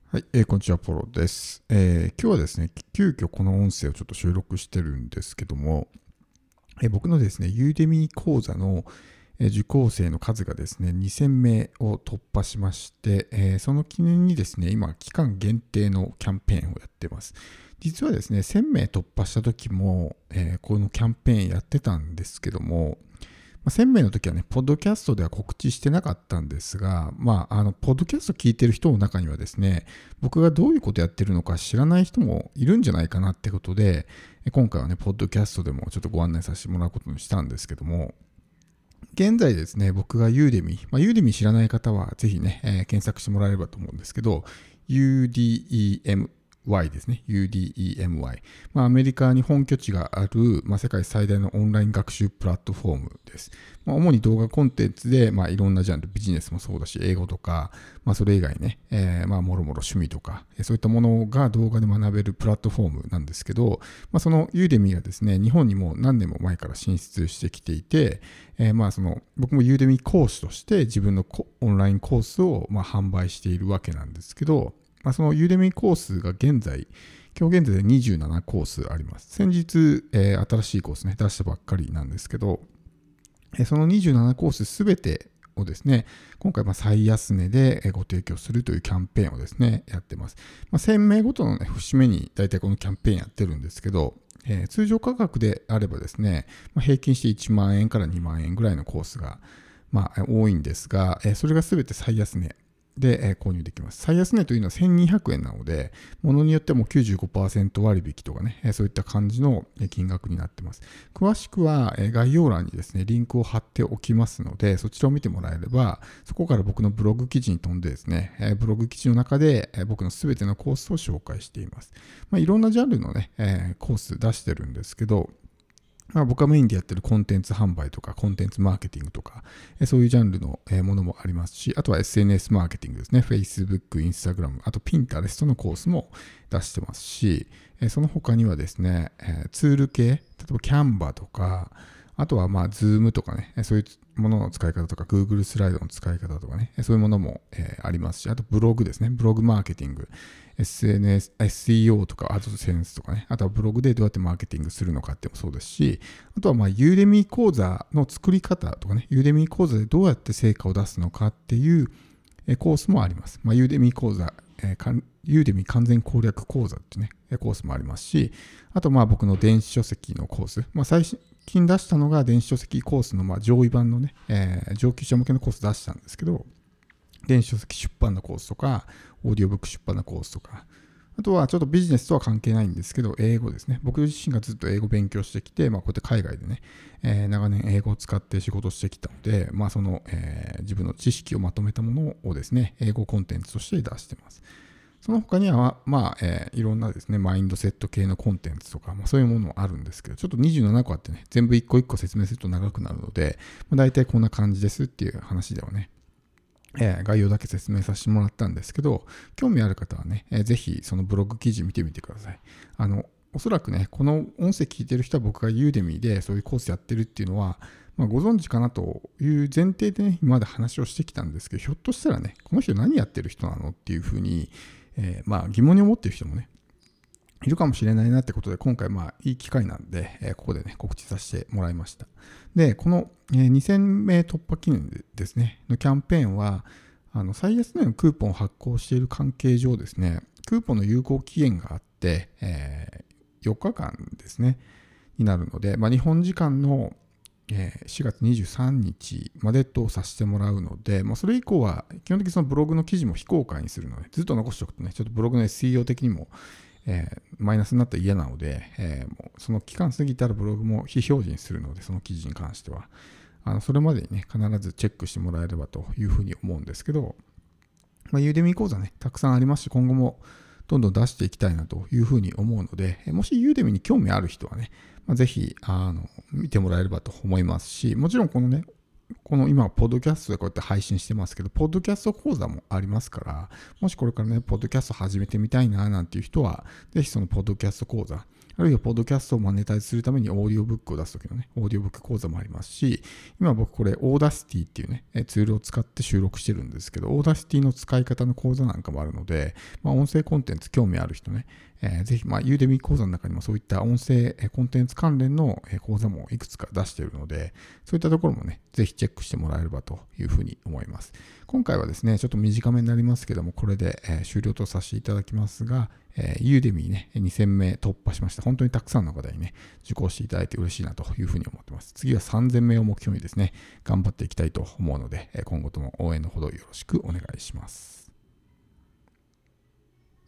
はい、こんにちは、ポロです。今日はですね、急遽この音声をちょっと収録してるんですけども、僕のですね、ユーデミー講座の受講生の数がですね、2000名を突破しまして、その記念にですね、今、期間限定のキャンペーンをやっています。実はですね、1000名突破した時も、このキャンペーンやってたんですけども、1000名の時はね、ポッドキャストでは告知してなかったんですが、ポッドキャスト聞いてる人の中にはですね、僕がどういうことやってるのか知らない人もいるんじゃないかなってことで、今回はね、ポッドキャストでもちょっとご案内させてもらうことにしたんですけども、現在ですね、僕がユーデミ、ユーデミ知らない方はぜひね、検索してもらえればと思うんですけど、UDEMY ですね。UDEMY。アメリカに本拠地がある、世界最大のオンライン学習プラットフォームです。主に動画コンテンツで、いろんなジャンル、ビジネスもそうだし、英語とか、それ以外ね、もろもろ趣味とか、そういったものが動画で学べるプラットフォームなんですけど、そのユーデミがですね、日本にも何年も前から進出してきていて、僕もユーデミコースとして自分のオンラインコースを販売しているわけなんですけど、そのユーデミコースが今日現在で27コースあります。先日、新しいコースね、出したばっかりなんですけど、その27コースすべてをですね、今回最安値でご提供するというキャンペーンをですね、やってます。1000名ごとのね、節目に大体このキャンペーンやってるんですけど、通常価格であればですね、平均して1万円から2万円ぐらいのコースが、多いんですが、それがすべて最安値で購入できます。最安値というのは1200円なので、ものによってはもう 95% 割引とかね、そういった感じの金額になっています。詳しくは概要欄にですね、リンクを貼っておきますので、そちらを見てもらえれば、そこから僕のブログ記事に飛んでですね、ブログ記事の中で僕のすべてのコースを紹介しています。いろんなジャンルのね、コース出してるんですけど、僕がメインでやってるコンテンツ販売とかコンテンツマーケティングとか、そういうジャンルのものもありますし、あとは SNS マーケティングですね。Facebook、Instagram、あと Pinterest のコースも出してますし、その他にはですね、ツール系、例えば Canva とか、あとはZoom とかね、そういうものの使い方とか、Google スライドの使い方とかね、そういうものもありますし、あとブログですね、ブログマーケティング、SNS、SEO とか AdSense とかね、あとはブログでどうやってマーケティングするのかってもそうですし、あとはユーデミ講座の作り方とかね、ユーデミ講座でどうやって成果を出すのかっていうコースもあります。ユーデミ講座、ユーデミ完全攻略講座っていうね、コースもありますし、あと僕の電子書籍のコース、最近出したのが電子書籍コースの上位版のね、上級者向けのコース出したんですけど、電子書籍出版のコースとか、オーディオブック出版のコースとか、あとはちょっとビジネスとは関係ないんですけど、英語ですね。僕自身がずっと英語勉強してきて、こうやって海外でね、長年英語を使って仕事してきたので、その、自分の知識をまとめたものをですね、英語コンテンツとして出してます。その他には、いろんなですね、マインドセット系のコンテンツとか、そういうものもあるんですけど、ちょっと27個あってね、全部一個一個説明すると長くなるので、大体こんな感じですっていう話ではね、概要だけ説明させてもらったんですけど、興味ある方はね、ぜひそのブログ記事見てみてください。おそらくね、この音声聞いてる人は僕がユーデミでそういうコースやってるっていうのは、ご存知かなという前提でね、今まで話をしてきたんですけど、ひょっとしたらね、この人何やってる人なのっていうふうに、疑問に思ってる人もね、いるかもしれないなってことで、今回いい機会なんで、ここでね、告知させてもらいました。で、この2000名突破記念ですね、のキャンペーンは、最安値のクーポンを発行している関係上ですね、クーポンの有効期限があって、4日間ですね、になるので、日本時間の4月23日までとさせてもらうので、それ以降は基本的にそのブログの記事も非公開にするので、ずっと残しておくとね、ちょっとブログの SEO 的にもマイナスになったら嫌なので、もうその期間過ぎたらブログも非表示にするので、その記事に関しては。それまでにね、必ずチェックしてもらえればというふうに思うんですけど、ユーデミ講座ね、たくさんありますし、今後もどんどん出していきたいなというふうに思うので、もしユーデミに興味ある人はね、ぜひ、見てもらえればと思いますし、もちろんこの今、ポッドキャストでこうやって配信してますけど、ポッドキャスト講座もありますから、もしこれからね、ポッドキャスト始めてみたいななんていう人は、ぜひそのポッドキャスト講座、 あるいはポッドキャストをマネタイズするためにオーディオブックを出すときのね、オーディオブック講座もありますし、今僕これオーダーシティっていうね、ツールを使って収録してるんですけど、オーダーシティの使い方の講座なんかもあるので、音声コンテンツ興味ある人ね、ぜひ、ユーデミ講座の中にもそういった音声コンテンツ関連の講座もいくつか出しているので、そういったところもね、ぜひチェックしてもらえればというふうに思います。今回はですね、ちょっと短めになりますけども、これで終了とさせていただきますが、ユーデミね、2000名突破しました。本当にたくさんの方にね、受講していただいて嬉しいなというふうに思ってます。次は3000名を目標にですね、頑張っていきたいと思うので、今後とも応援のほどよろしくお願いします。